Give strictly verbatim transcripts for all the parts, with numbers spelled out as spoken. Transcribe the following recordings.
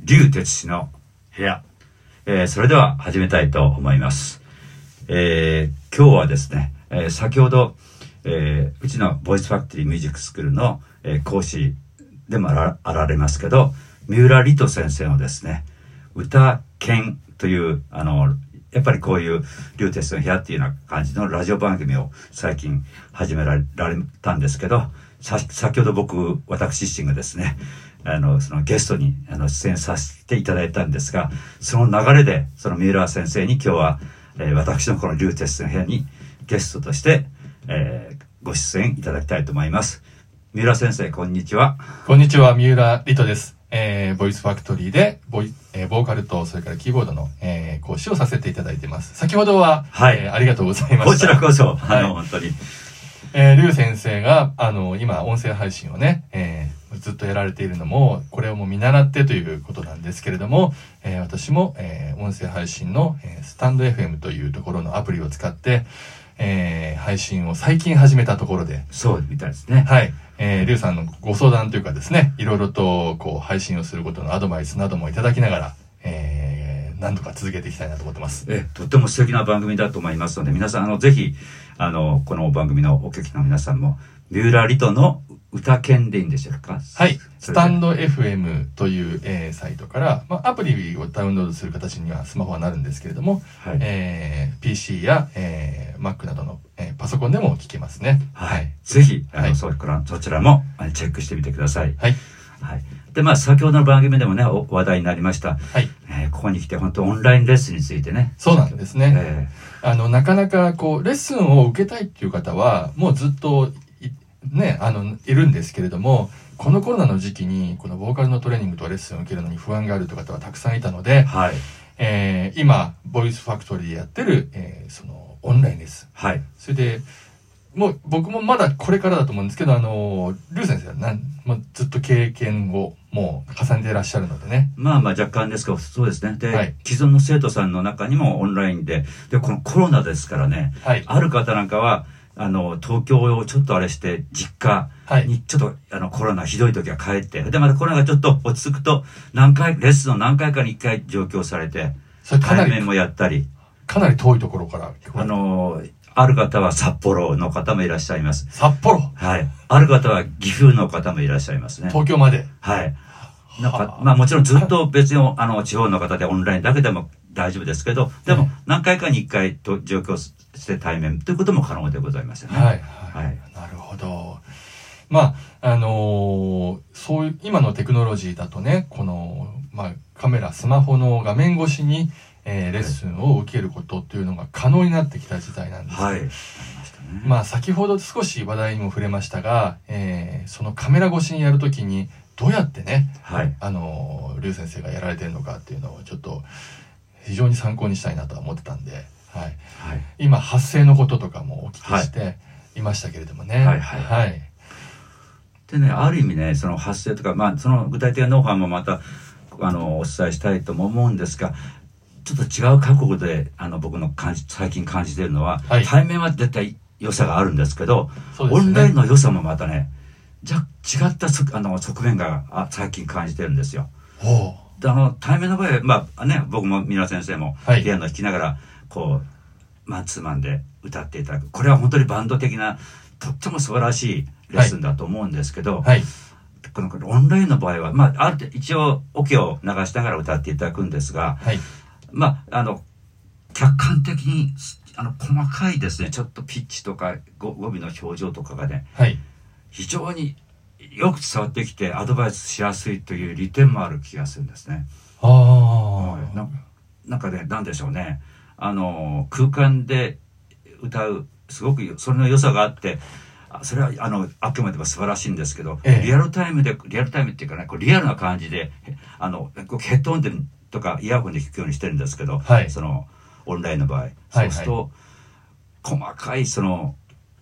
劉哲司の部屋、えー、それでは始めたいと思います。えー、今日はですね、えー、先ほど、えー、うちのボイスファクトリーミュージックスクールの、えー、講師でもあら、あられますけど、三浦理人先生のですね、歌研というあのやっぱりこういう劉哲司の部屋っていうような感じのラジオ番組を最近始められたんですけど、さ先ほど僕私自身がですね、あのそのゲストにあの出演させていただいたんですが、その流れでその三浦先生に今日は、えー、私のこの劉哲司の部屋にゲストとして、えー、ご出演いただきたいと思います。三浦先生、こんにちは。 こんにちは、三浦理人です。えー、ボイスファクトリーでボイ、えー、ボーカルとそれからキーボードの、えー、講師をさせていただいています。先ほどは、はい、えー、ありがとうございました。 こちらこそ、 はい、 あの本当に、 えー、劉先生があの今音声配信をね、えー、ずっとやられているのもこれをもう見習ってということなんですけれども、えー、私も、えー、音声配信の、えー、スタンド エフエム というところのアプリを使って、えー、配信を最近始めたところで、 そうみたいですね。 はい。えー、劉さんのご相談というかですね、いろいろとこう配信をすることのアドバイスなどもいただきながら、えー、何とか続けていきたいなと思ってます。 え、とっても素敵な番組だと思いますので、皆さんあのぜひあのこの番組のお聞きの皆さんも三浦理人の歌研でいいんでしょうか。 はい。スタンド エフエム という、えー、サイトから、まあ、アプリをダウンロードする形にはスマホはなるんですけれども、はい、えー、ピーシー や、えー、Mac などの、えー、パソコンでも聞けますね。 はい。ぜひ、あの、はい、そ, そちらもチェックしてみてください。 はい。 はい。で、まあ、先ほどの番組でもね、話題になりました。 はい。 えー、ここに来て本当オンラインレッスンについてね。 そうなんですね。えー、あの、なかなかこう、レッスンを受けたいっていう方は、もうずっと、ね、あの、いるんですけれども、このコロナの時期に、このボーカルのトレーニングとレッスンを受けるのに不安があるという方はたくさんいたので、 はい。 えー、今、ボイスファクトリーでやってる、えー、その、オンラインレッスン。 はい。 それで、もう、僕もまだこれからだと思うんですけど、あの、劉先生はなん、まあ、ずっと経験をもう重ねていらっしゃるのでね。 まあまあ若干ですけど、そうですね。で、 はい、 既存の生徒さんの中にもオンラインで、で、このコロナですからね、はい、ある方なんかは、あの、東京をちょっとあれして、実家にちょっと、はい、あの、コロナひどい時は帰って、で、またコロナがちょっと落ち着くと、何回、レッスンの何回かに一回上京されて、対面もやったり。 かなり遠いところから。 あの、ある方は札幌の方もいらっしゃいます。 札幌はい。ある方は岐阜の方もいらっしゃいますね。 東京まではい。なんか、まあもちろんずっと別に、あの、地方の方でオンラインだけでも大丈夫ですけど、でも何回かに一回と上京して対面ということも可能でございますよね。 はい。はい。なるほど。まあ、あのー、そういう、今のテクノロジーだとね、この、まあ、カメラ、スマホの画面越しに、えー、レッスンを受けることっていうのが可能になってきた時代なんです。 はい。 まあ、先ほど少し話題にも触れましたが、えー、そのカメラ越しにやるときに、どうやってね、 はい、 あのー、劉先生がやられてるのかっていうのをちょっと、非常に参考にしたいなとは思ってたんで、はい。はい、今、発声のこととかもお聞きしていましたけれどもね。 はい、はい。はい。でね、ある意味ね、その発声とか、まあ、その具体的なノウハウもまた、あの、お伝えしたいとも思うんですが、ちょっと違う角度で、あの、僕の感じ、最近感じているのは、はい、対面は絶対良さがあるんですけど、ね、オンラインの良さもまたね、じゃ違ったあの側面があ最近感じてるんですよ。であの対面の場合は、まあね、僕も三浦先生もピアノ弾きながら、はい、こうマンツーマンで歌っていただく、これは本当にバンド的なとっても素晴らしいレッスンだと思うんですけど、はい、このオンラインの場合は、まあ、ある程度一応オケを流しながら歌っていただくんですが、はい、まああの客観的にあの細かいですね、ちょっとピッチとか語尾の表情とかがね、はい、非常によく伝わってきてアドバイスしやすいという利点もある気がするんですね。 ああ、 な, なんかね、なんでしょうね、あの空間で歌うすごくそれの良さがあって、それはあのあくまでも素晴らしいんですけど、ええ、リアルタイムでリアルタイムっていうかね、こうリアルな感じであのヘッドホンでとかイヤホンで聴くようにしてるんですけど、はい、そのオンラインの場合、そうすると、はいはい、細かいその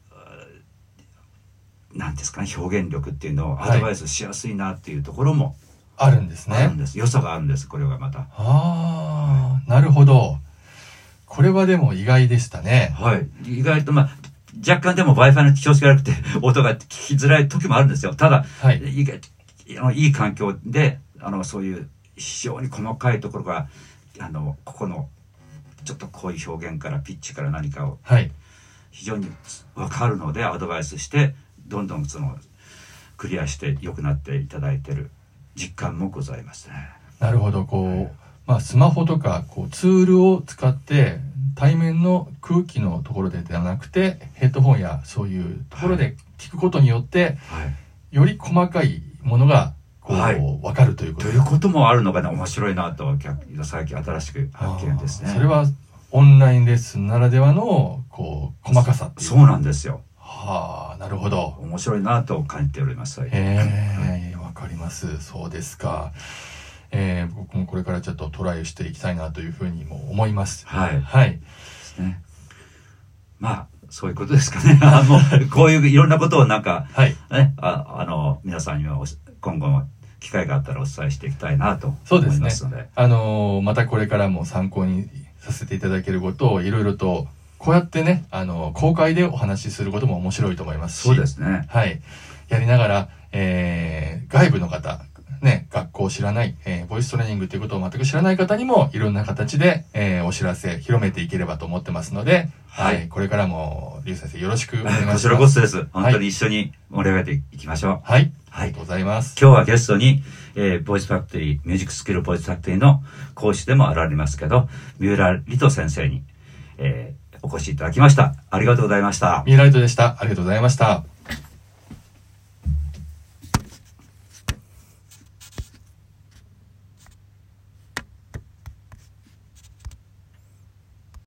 なんですかね、表現力っていうのをアドバイスしやすいなっていうところも、 はい、あるんですね。 あるんです。良さがあるんです。これがまた。 ああ、なるほど。これはでも意外でしたね。 はい。意外とまあ若干でも Wi-Fi の調子が悪くて音が聞きづらい時もあるんですよ。ただ、はい、いいいい環境であのそういう非常に細かいところがあのここのちょっとこういう表現からピッチから何かを非常に分かるのでアドバイスしてどんどんそのクリアして良くなっていただいている実感もございますね。 なるほど。こう、まあ、スマホとかこうツールを使って対面の空気のところでではなくてヘッドホンやそういうところで聞くことによって、はい、より細かいものがこう、はい、分かるということということもあるのがね面白いなと最近新しく発見ですね。 それはオンラインレッスンならではのこう細かさっていう。 そうなんですよ。 はあ、なるほど。 面白いなと感じております。 へえ、わかります。そうですか。えー、僕もこれからちょっとトライしていきたいなというふうにも思います。 はい。 はい。 ですね。まあ、そういうことですかね。あの、こういういろんなことをなんか、はい。ね、あ、あの、皆さんには今後も機会があったらお伝えしていきたいなと思いますので。そうですね。 あのー、またこれからも参考にさせていただけることをいろいろと、こうやってね、あの、公開でお話しすることも面白いと思いますし。 そうですね。 はい。やりながら、えー、外部の方、ね、学校を知らない、えー、ボイストレーニングということを全く知らない方にも、いろんな形で、えー、お知らせ、広めていければと思ってますので、はい。はい、これからも、リュウ先生よろしくお願いします。 こちらこそです。本当に一緒に盛り上げていきましょう。 はい。はい。ありがとうございます。 今日はゲストに、えー、ボイスファクトリー、ミュージックスキルボイスファクトリーの講師でもあられますけど、三浦理人先生に、えー、お越しいただきました。ありがとうございました。 三浦理人でした。ありがとうございました。